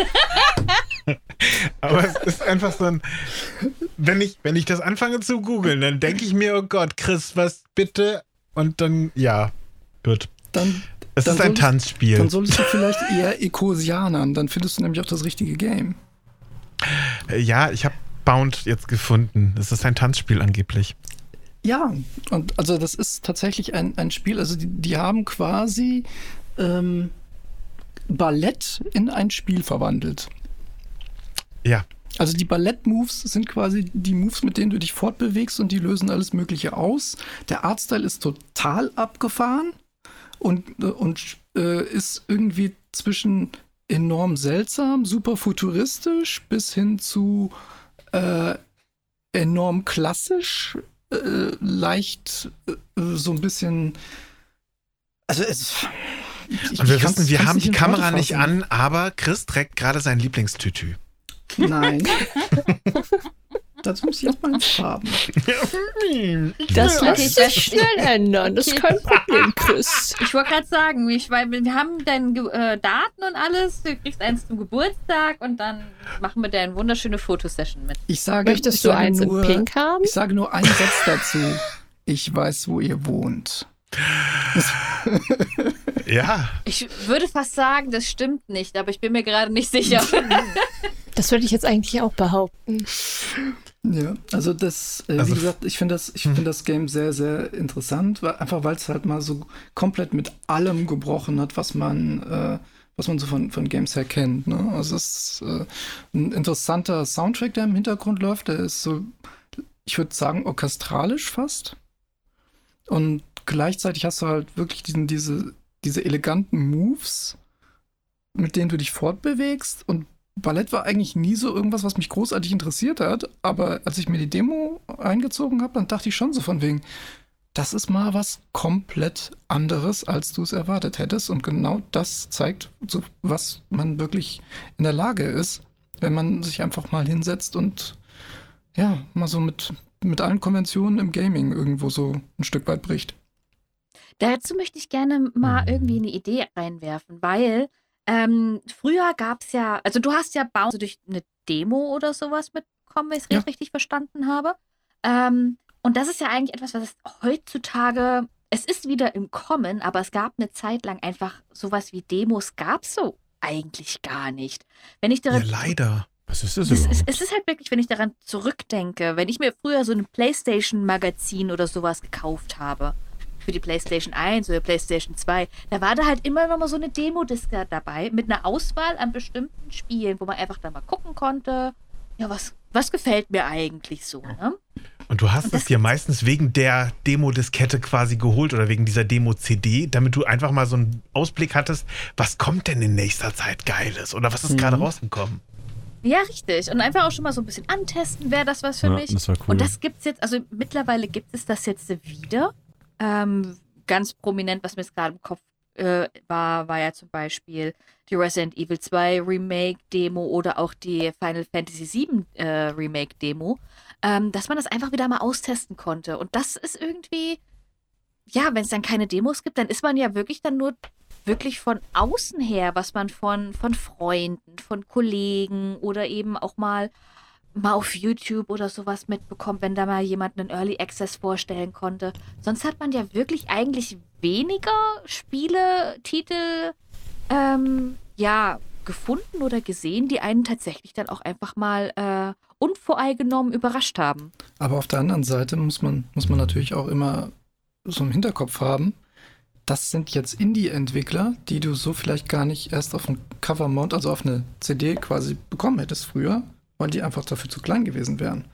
aber es ist einfach so ein. Wenn ich, wenn ich das anfange zu googeln, dann denke ich mir, oh Gott, Chris, was bitte? Und dann, ja, gut. Dann, Es dann ist ein solltest- Tanzspiel. Dann solltest du vielleicht eher Ecosianern, dann findest du nämlich auch das richtige Game. Ja, ich habe Bound jetzt gefunden. Es ist ein Tanzspiel angeblich. Ja, und also das ist tatsächlich ein, ein Spiel, also die, die haben quasi ähm, Ballett in ein Spiel verwandelt. Ja. Also die Ballett-Moves sind quasi die Moves, mit denen du dich fortbewegst und die lösen alles Mögliche aus. Der Artstyle ist total abgefahren und, und äh, ist irgendwie zwischen enorm seltsam, super futuristisch bis hin zu äh, enorm klassisch, äh, leicht äh, so ein bisschen. Also es. Ich, Und wir ich kann's- wissen, wir kann's haben die in Kamera Worte nicht fassen. an, aber Chris trägt gerade sein Lieblingstütü. Nein. Dazu muss ich erstmal ins Farben. Das Okay, lässt das- sich schnell ändern. Das ist kein Problem, Chris. Ich wollte gerade sagen, ich, weil wir haben deine Ge- äh, Daten und alles. Du kriegst eins zum Geburtstag und dann machen wir da eine wunderschöne Fotosession mit. Ich sage, ich Möchtest du sage eins nur, in Pink haben? Ich sage nur einen Satz dazu. Ich weiß, wo ihr wohnt. Ja. Ich würde fast sagen, das stimmt nicht, aber ich bin mir gerade nicht sicher. Das würde ich jetzt eigentlich auch behaupten. Ja, also das, äh, Also- wie gesagt, ich finde das, ich Mhm. finde das Game sehr, sehr interessant, weil, einfach weil es halt mal so komplett mit allem gebrochen hat, was man, äh, was man so von, von Games her kennt. Ne? Also es ist äh, ein interessanter Soundtrack, der im Hintergrund läuft. Der ist so, ich würde sagen, orchestralisch fast. Und gleichzeitig hast du halt wirklich diesen, diese, diese eleganten Moves, mit denen du dich fortbewegst und Ballett war eigentlich nie so irgendwas, was mich großartig interessiert hat, aber als ich mir die Demo eingezogen habe, dann dachte ich schon so von wegen, das ist mal was komplett anderes, als du es erwartet hättest. Und genau das zeigt, so, was man wirklich in der Lage ist, wenn man sich einfach mal hinsetzt und ja, mal so mit, mit allen Konventionen im Gaming irgendwo so ein Stück weit bricht. Dazu möchte ich gerne mal irgendwie eine Idee reinwerfen, weil ähm, früher gab es ja, also du hast ja Bounce durch eine Demo oder sowas mitbekommen, wenn ich es Ja. richtig verstanden habe. Ähm, und das ist ja eigentlich etwas, was es heutzutage, es ist wieder im Kommen, aber es gab eine Zeit lang einfach sowas wie Demos, gab es so eigentlich gar nicht. Wenn ich Ja, daran leider. Was ist das Es überhaupt? ist, es ist halt wirklich, wenn ich daran zurückdenke, wenn ich mir früher so ein PlayStation-Magazin oder sowas gekauft habe, für die PlayStation eins oder PlayStation zwei, da war da halt immer noch mal so eine Demo-Diske dabei mit einer Auswahl an bestimmten Spielen, wo man einfach da mal gucken konnte, ja, was, was gefällt mir eigentlich so, ne? Und du hast Und es das dir meistens wegen der Demo-Diskette quasi geholt oder wegen dieser Demo-C D, damit du einfach mal so einen Ausblick hattest, was kommt denn in nächster Zeit Geiles oder was ist Mhm. gerade rausgekommen? Ja, richtig. Und einfach auch schon mal so ein bisschen antesten, wäre das was für Ja, mich. das war cool. Und das gibt's jetzt, also mittlerweile gibt es das jetzt wieder. Ähm, ganz prominent, was mir jetzt gerade im Kopf äh, war, war ja zum Beispiel die Resident Evil zwei Remake-Demo oder auch die Final Fantasy sieben äh, Remake-Demo, ähm, dass man das einfach wieder mal austesten konnte. Und das ist irgendwie, ja, wenn es dann keine Demos gibt, dann ist man ja wirklich dann nur wirklich von außen her, was man von, von Freunden, von Kollegen oder eben auch mal, mal auf YouTube oder sowas mitbekommt, wenn da mal jemand einen Early Access vorstellen konnte. Sonst hat man ja wirklich eigentlich weniger Spiele, Titel, ähm, ja, gefunden oder gesehen, die einen tatsächlich dann auch einfach mal äh, unvoreingenommen überrascht haben. Aber auf der anderen Seite muss man, muss man natürlich auch immer so im Hinterkopf haben, das sind jetzt Indie-Entwickler, die du so vielleicht gar nicht erst auf ein Cover-Mount, also auf eine C D quasi bekommen hättest früher, weil die einfach dafür zu klein gewesen wären.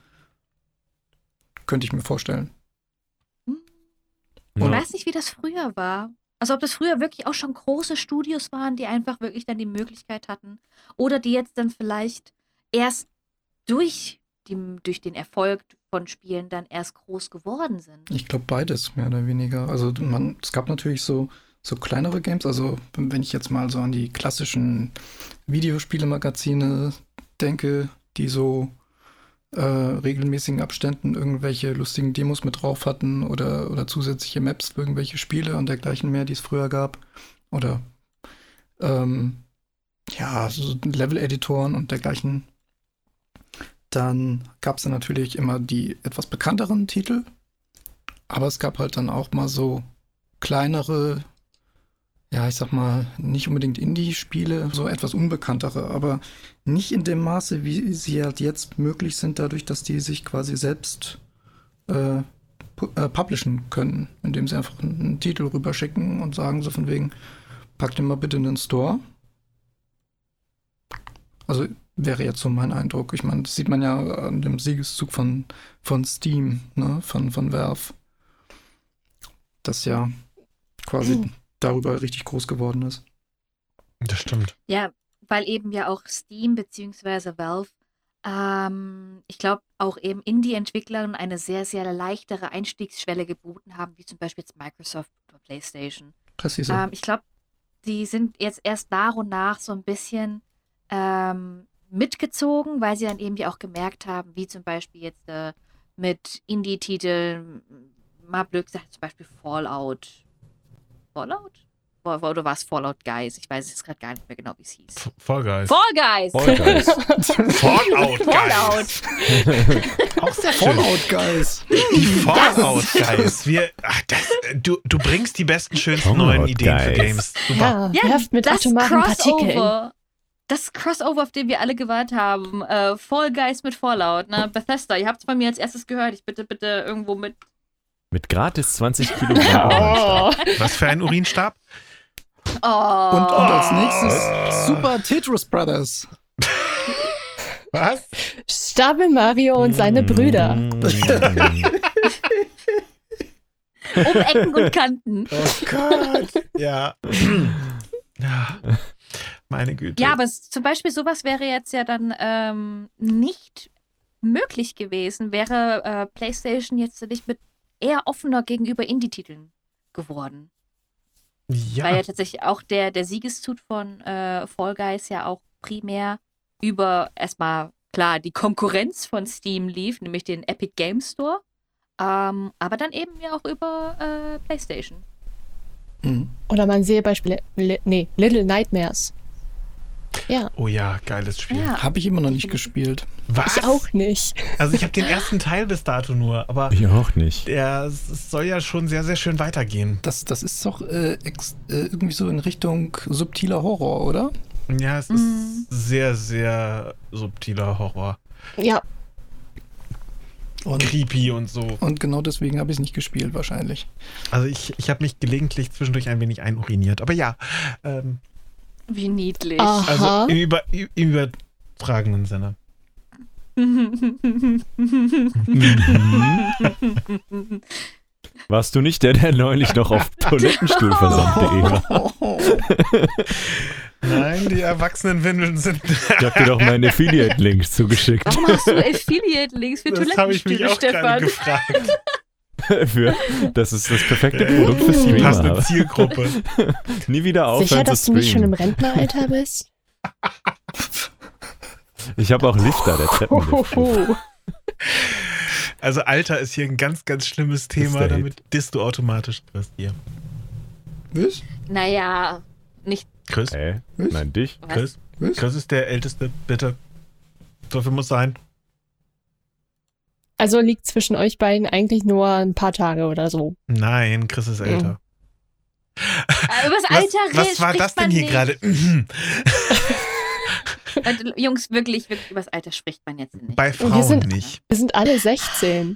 Könnte ich mir vorstellen. Ich Ja. weiß nicht, wie das früher war. Also ob das früher wirklich auch schon große Studios waren, die einfach wirklich dann die Möglichkeit hatten. Oder die jetzt dann vielleicht erst durch, die, durch den Erfolg von Spielen dann erst groß geworden sind. Ich glaube beides, mehr oder weniger. Also man, es gab natürlich so, so kleinere Games, also wenn ich jetzt mal so an die klassischen Videospielemagazine denke, die so äh, regelmäßigen Abständen irgendwelche lustigen Demos mit drauf hatten oder, oder zusätzliche Maps für irgendwelche Spiele und dergleichen mehr, die es früher gab. Oder ähm, ja, so Level-Editoren und dergleichen. Dann gab es dann natürlich immer die etwas bekannteren Titel, aber es gab halt dann auch mal so kleinere, ja, ich sag mal, nicht unbedingt Indie-Spiele, so etwas unbekanntere, aber nicht in dem Maße, wie sie halt jetzt möglich sind, dadurch, dass die sich quasi selbst äh, pu- äh, publishen können, indem sie einfach einen, einen Titel rüberschicken und sagen so von wegen, pack den mal bitte in den Store. Also wäre jetzt so mein Eindruck. Ich meine, das sieht man ja an dem Siegeszug von, von Steam, ne, von, von Valve, das ja quasi Mhm. darüber richtig groß geworden ist. Das stimmt. Ja, weil eben ja auch Steam bzw. Valve, ähm, ich glaube, auch eben Indie-Entwicklern eine sehr, sehr leichtere Einstiegsschwelle geboten haben, wie zum Beispiel jetzt Microsoft oder PlayStation. Präzise. Ähm, ich glaube, die sind jetzt erst nach und nach so ein bisschen ähm, mitgezogen, weil sie dann eben ja auch gemerkt haben, wie zum Beispiel jetzt äh, mit Indie-Titeln, mal blöd gesagt, zum Beispiel Fallout. Fallout? Oder oder war es Fallout Guys? Ich weiß jetzt gerade gar nicht mehr genau, wie es hieß. F- Fall Guys. Fall Guys! Fall Guys. Fallout Fallout! Guys. Auch sehr schön. Fallout Guys. Die Fallout Guys. Wir, ach, das, du, du bringst die besten, schönsten Fallout neuen Ideen für Guys. Games. Super. Ja, werft mit atomaren Partikeln. Crossover. Das Crossover, auf den wir alle gewartet haben. Äh, Fall Guys mit Fallout. Ne? Bethesda, ihr habt es von mir als erstes gehört. Ich bitte, bitte irgendwo mit. Mit gratis zwanzig Kilogramm. Oh. Was für ein Urinstab? Oh. Und, und als nächstes Super Tetris Brothers. Was? Stabel Mario und seine Brüder. Mm. Um Ecken und Kanten. Oh Gott. Ja. Ja. Meine Güte. Ja, aber es, zum Beispiel sowas wäre jetzt ja dann ähm, nicht möglich gewesen, wäre äh, PlayStation jetzt nicht mit eher offener gegenüber Indie-Titeln geworden. Ja. Weil ja tatsächlich auch der, der Siegeszug von äh, Fall Guys ja auch primär über erstmal, klar, die Konkurrenz von Steam lief, nämlich den Epic Game Store, ähm, aber dann eben ja auch über äh, PlayStation. Mhm. Oder man sehe Beispiele, li, nee, Little Nightmares. Ja. Oh ja, geiles Spiel. Ja. Habe ich immer noch nicht gespielt. Was? Ich auch nicht. Also ich habe den ersten Teil bis dato nur, aber Ich auch nicht. der es soll ja schon sehr, sehr schön weitergehen. Das, das ist doch äh, ex, äh, irgendwie so in Richtung subtiler Horror, oder? Ja, es ist Mhm. sehr, sehr subtiler Horror. Ja, Und, Creepy und so. und genau deswegen habe ich es nicht gespielt, wahrscheinlich. Also ich, ich habe mich gelegentlich zwischendurch ein wenig einuriniert. Aber ja, ähm, Wie niedlich. Aha. also im, über, im übertragenen Sinne. Warst du nicht der, der neulich noch auf Toilettenstuhl versandt punkt de war? Nein, die Erwachsenenwindeln sind... Ich hab dir doch meinen Affiliate-Link zugeschickt. Warum hast du Affiliate-Links für Das habe ich mich Toilettenstühle, auch gerade Stefan? gefragt. Für, das ist das perfekte Äh, Produkt für Die Streamer. passende aber Zielgruppe. Nie wieder aufhören sicher, zu dass du nicht schon im streamen. Rentenalter bist? Ich habe auch Lifter, der Treppenlift. Huhu. Also Alter ist hier ein ganz, ganz schlimmes ist der Thema, Hit. damit disst du automatisch wirst hier. Was? Naja, nicht. Chris? Hä? Was? Nein, dich? Was? Chris? Was? Chris ist der Älteste, bitte. So viel muss sein. Also liegt zwischen euch beiden eigentlich nur ein paar Tage oder so. Nein, Chris ist älter. Äh, Über das Was, Alter was war spricht das denn man hier nicht. gerade? Mhm. Leute, Jungs, wirklich, wirklich, über das Alter spricht man jetzt nicht. Bei wir Frauen sind- nicht. Wir sind alle sechzehn.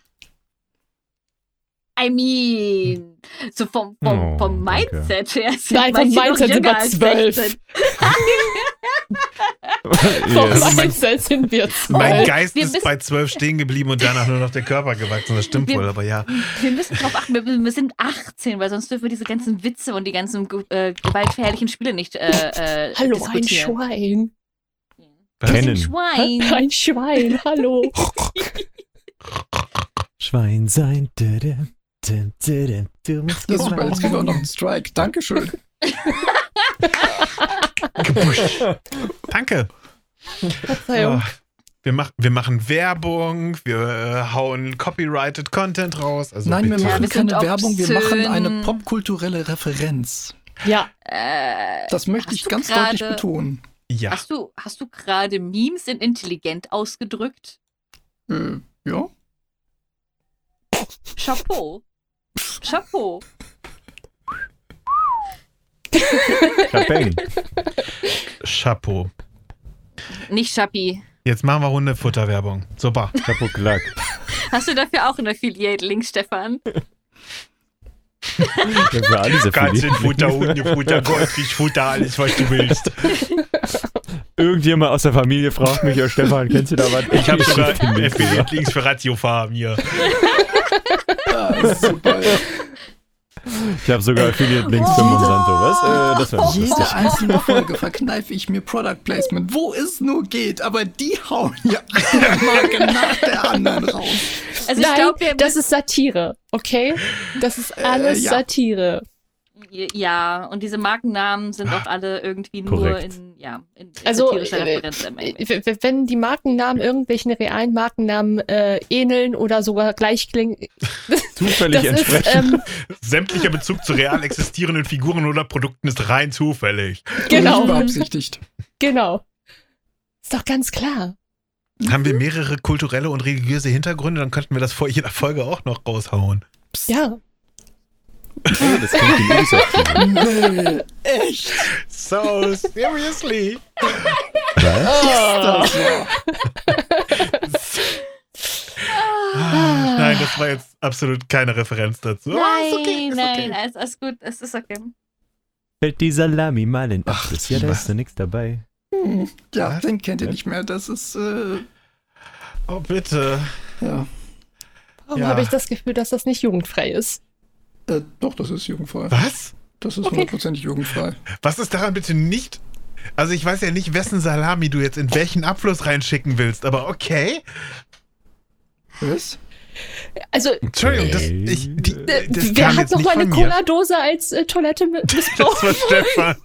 I mean, so vom, vom, Oh, vom danke. Mindset her sind Nein, vom manche noch Mindset sind jünger wir als zwölf. sechzehn. Vom Also mein- Mindset sind wir Mein zwölf. Geist wir ist wissen- bei zwölf stehen geblieben und danach nur noch der Körper gewachsen. Das stimmt Wir- wohl, aber ja. Wir müssen drauf achten, wir, wir sind achtzehn, weil sonst dürfen wir diese ganzen Witze und die ganzen äh, gewaltverherrlichen Spiele nicht äh, äh, Hallo, ein diskutieren. Schwein. Wir sind Kennen. Schwein. Ein Schwein, hallo. Schwein sein. dä, dä, dä, dä, dä, Du musst Das ist Schwein super, jetzt kriegen wir auch noch sein. einen Strike. Dankeschön. Gebuscht. Danke. Verzeihung. Oh, wir, mach, wir machen Werbung, wir äh, hauen copyrighted Content raus. Also Nein, wir bitte. Ja, machen wir sind keine Werbung, wir machen obszön. eine popkulturelle Referenz. Ja, Äh, Das möchte hast ich du ganz grade- deutlich betonen. Ja. Hast du, hast du gerade Memes in intelligent ausgedrückt? Äh, ja. Chapeau. Chapeau. Kabang. Chapeau. Nicht Schappi. Jetzt machen wir Hundefutterwerbung. Super. Chapeau Klack. Hast du dafür auch einen Affiliate-Link, Stefan? Für alles Katzenfutter, Hundefutter, Goldfischfutter, alles, was du willst. Irgendjemand aus der Familie fragt mich, ja Stefan, kennst du da was? Ich habe sogar schick den Link rüber. Affiliate-Links für Ratiofarm hier. Ja, super. Ich habe sogar Affiliate-Links für Monsanto. Was? Äh, das war Jede lustig. einzelne Folge verkneife ich mir Product Placement, wo es nur geht, aber die hauen ja eine Marke nach der anderen raus. Also ich nein, glaube, wir das ist Satire, okay? Das ist alles ja. Satire. ja, und diese Markennamen sind auch alle irgendwie Korrekt. nur in, ja, in Also, satirischer äh, Referenz. im Englischen. w- w- wenn die Markennamen irgendwelchen realen Markennamen äh, ähneln oder sogar gleich klingen, Zufällig das ist, entsprechen. ähm, Sämtlicher Bezug zu real existierenden Figuren oder Produkten ist rein zufällig. genau, Nicht beabsichtigt. genau. Ist doch ganz klar. Haben wir mehrere kulturelle und religiöse Hintergründe, dann könnten wir das vor jeder Folge auch noch raushauen. Ja. Oh, das klingt wie Ubisoft. Nee, echt? So, seriously. Was? Das war. Ah, nein, das war jetzt absolut keine Referenz dazu. Aber Nein, ist okay, ist nein, okay. alles, alles gut, es ist okay. Fällt die Salami mal in Ach, Abriss? Ja, da was? ist da nichts dabei. Hm, Ja, Was? den kennt ihr nicht mehr. Das ist, äh, Oh, bitte. ja. Warum Ja. habe ich das Gefühl, dass das nicht jugendfrei ist? Äh, doch, das ist jugendfrei. Was? Das ist Okay. hundertprozentig jugendfrei. Was ist daran bitte nicht Also ich weiß ja nicht, wessen Salami du jetzt in welchen Abfluss reinschicken willst, aber okay. Was? Also, Entschuldigung, das, ich, die, äh, das wer kam hat jetzt noch nicht mal eine von mir. Cola-Dose als äh, Toilette mit Das missbraucht? war Stefan.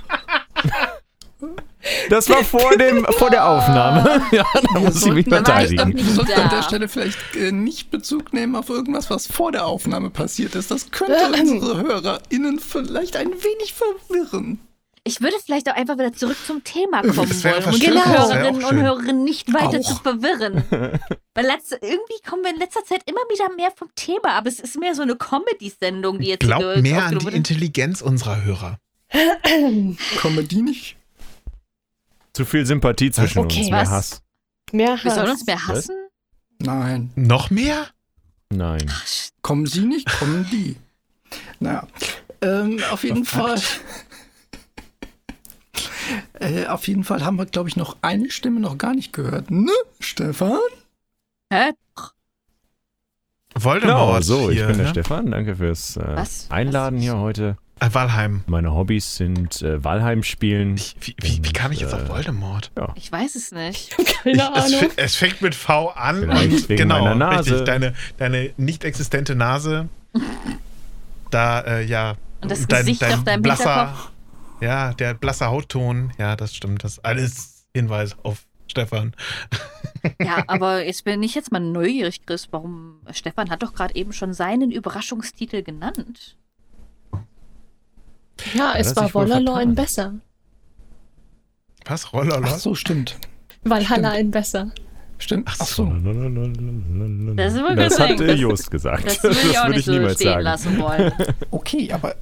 Das war vor, dem, vor der Aufnahme. Ja, da muss ich mich Da war ich doch verteidigen. nicht Ich sollte an der da. Stelle vielleicht äh, nicht Bezug nehmen auf irgendwas, was vor der Aufnahme passiert ist. Das könnte Ähm. unsere HörerInnen vielleicht ein wenig verwirren. Ich würde vielleicht auch einfach wieder zurück zum Thema kommen Das wäre wollen, um die verstimmt, das wäre Hörerinnen auch und schön. Hörer nicht weiter Auch. zu verwirren. Weil letzte, irgendwie kommen wir in letzter Zeit immer wieder mehr vom Thema, aber es ist mehr so eine Comedy-Sendung, die jetzt Glaub hier mehr an aufgenommen die wird. Intelligenz unserer Hörer. Comedy nicht? Zu viel Sympathie zwischen Okay. uns, mehr Was? Hass. Mehr Wir sollen Hass. uns mehr hassen? Nein. Noch mehr? Nein. Ach, sch- Kommen sie nicht, kommen die. Naja, ähm, auf jeden Fall. äh, auf jeden Fall haben wir, glaube ich, noch eine Stimme noch gar nicht gehört. Ne, Stefan? Hä? Voldemort. Genau, so, ich hier, bin der ne? Stefan. Danke fürs äh, Was? Einladen Was? hier heute. Äh, Valheim. Meine Hobbys sind äh, Valheim spielen. Ich, wie, wie, wie kam ich jetzt Und, auf äh, Voldemort? Ich weiß es nicht. Keine Ich, es, Ahnung. fi- es fängt mit V an Vielleicht und wegen genau, meiner Nase. richtig, deine, deine nicht existente Nase. Da, äh, ja. Und das Gesicht auf deinem blasser, Hinterkopf. ja, der blasse Hautton. Ja, das stimmt. Das ist alles Hinweis auf Stefan. Ja, aber jetzt bin ich jetzt mal neugierig, Chris. Warum? Stefan hat doch gerade eben schon seinen Überraschungstitel genannt. Ja, Hat es er war sich wohl Wollerlo vertan? ein besser. Was? Rollerlot? Ach so, stimmt. Valhalla ein besser. Stimmt. Ach so. Das ist wohl Das hat gesagt. äh, Jost gesagt. Das würde ich auch würde nicht ich so niemals stehen sagen. lassen wollen. Okay, aber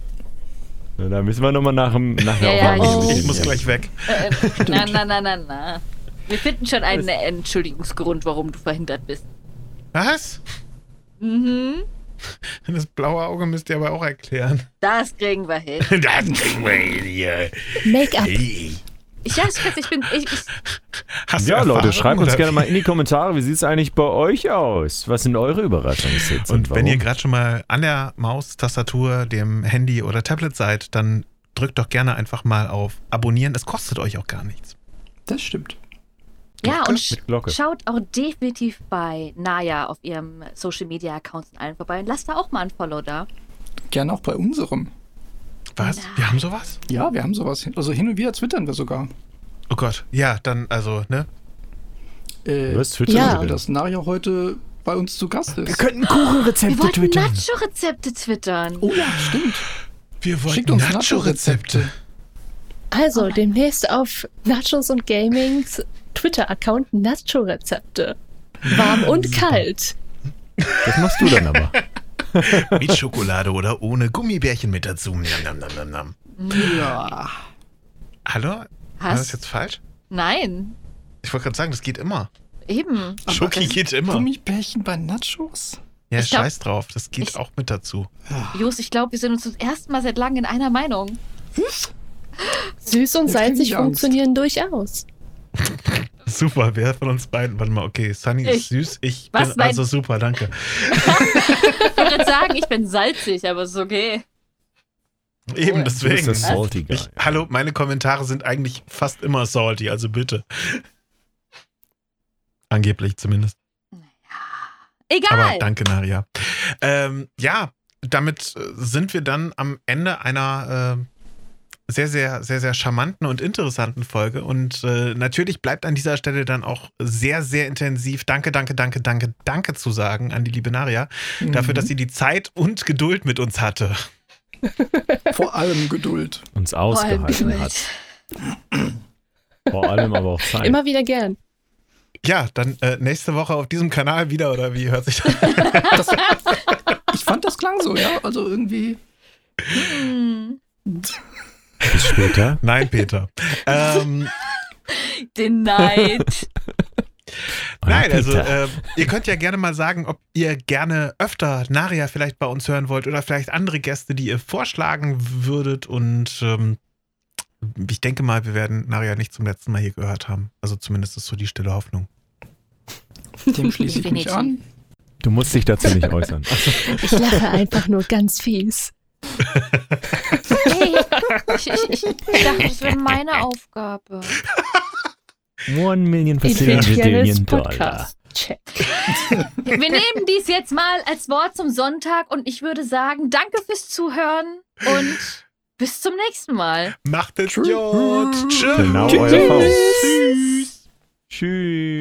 Da müssen wir nochmal nach, dem- nachher Ja, ja, auf ich- Ich Abend muss gehen. gleich weg. Äh, na, na, na, na, na. Wir finden schon einen Entschuldigungsgrund, warum du verhindert bist. Was? Mhm. Das blaue Auge müsst ihr aber auch erklären. Das kriegen wir hin. Das kriegen wir hier. Make-up. Hey. Ich weiß, Chris, ich bin. Ich, ich, Hast du Ja, Leute, Erfahrung, schreibt uns oder gerne wie? mal in die Kommentare, wie sieht es eigentlich bei euch aus? Was sind eure Überraschungshits? Und wenn ihr warum? gerade schon mal an der Maustastatur, dem Handy oder Tablet seid, dann drückt doch gerne einfach mal auf Abonnieren. Es kostet euch auch gar nichts. das stimmt. ja, und sch Mit Glocke. schaut auch definitiv bei Naya auf ihrem Social Media Accounts allen vorbei und lasst da auch mal ein Follow da. Gerne auch bei unserem. Was? Nein. Wir haben sowas? Ja, wir haben sowas. hin- Also hin und wieder twittern wir sogar. Oh Gott. Ja, dann also, ne? Äh, Was twittern Ja. wir dass denn? dass Naria heute bei uns zu Gast ist. könnten Wir Kuchenrezepte wollten Nacho-Rezepte twittern. Oh ja, stimmt. Wir Schickt wollten uns Nacho-Rezepte. Nacho-Rezepte. Also, Oh mein demnächst auf Nachos und Gamings Twitter-Account Nacho-Rezepte. Warm und kalt. Das machst du dann aber. Mit Schokolade oder ohne Gummibärchen mit dazu. Nam, nam, nam, nam, nam. Ja. Hallo? War das Was? jetzt falsch? Nein, Ich wollte gerade sagen, das geht immer. eben. Aber Schoki es- geht immer. Gummibärchen bei Nachos? Ja, Ich glaub- scheiß drauf. Das geht ich- auch mit dazu. Jos, ich glaube, wir sind uns das erste Mal seit langem in einer Meinung. Süß und Jetzt krieg salzig ich Angst. funktionieren durchaus. Super, wer von uns beiden? Warte mal, okay, Sunny ist Ich. süß. Ich Was? bin Nein. also super, danke. Ich würde sagen, ich bin salzig, aber ist okay. Eben Oh, deswegen. Du bist der Salty Guy. Ich, hallo, meine Kommentare sind eigentlich fast immer salty, also bitte. Angeblich zumindest. Egal. Aber danke, Naria. Ähm, ja, damit äh, sind wir dann am Ende einer äh, sehr, sehr, sehr, sehr charmanten und interessanten Folge. Und äh, natürlich bleibt an dieser Stelle dann auch sehr, sehr intensiv Danke, danke, danke, danke, danke zu sagen an die liebe Naria dafür, dass sie die Zeit und Geduld mit uns hatte. Vor allem Geduld. Uns Vor allem ausgehalten Geduld. hat. Vor allem aber auch Zeit. Immer wieder gern. Ja, dann äh, nächste Woche auf diesem Kanal wieder, oder wie hört sich das? Das, ich fand, das klang so, ja. Also irgendwie. Hm, Bis später. Nein, Peter. ähm, den Neid. Nein, also Peter. äh, ihr könnt ja gerne mal sagen, ob ihr gerne öfter Naria vielleicht bei uns hören wollt oder vielleicht andere Gäste, die ihr vorschlagen würdet. Und ähm, ich denke mal, wir werden Naria nicht zum letzten Mal hier gehört haben. Also zumindest ist so die stille Hoffnung. Dem schließe ich mich Definitiv. an. Du musst dich dazu nicht äußern. Ich lache einfach nur ganz fies. Hey, ich, ich, ich, ich dachte, das wäre meine Aufgabe. One million Intelligentes Dollar. Podcast. Check. Wir nehmen dies jetzt mal als Wort zum Sonntag und ich würde sagen, danke fürs Zuhören und bis zum nächsten Mal. Macht es gut. Tschüss. Genau, euer Faust. Tschüss. Tschüss.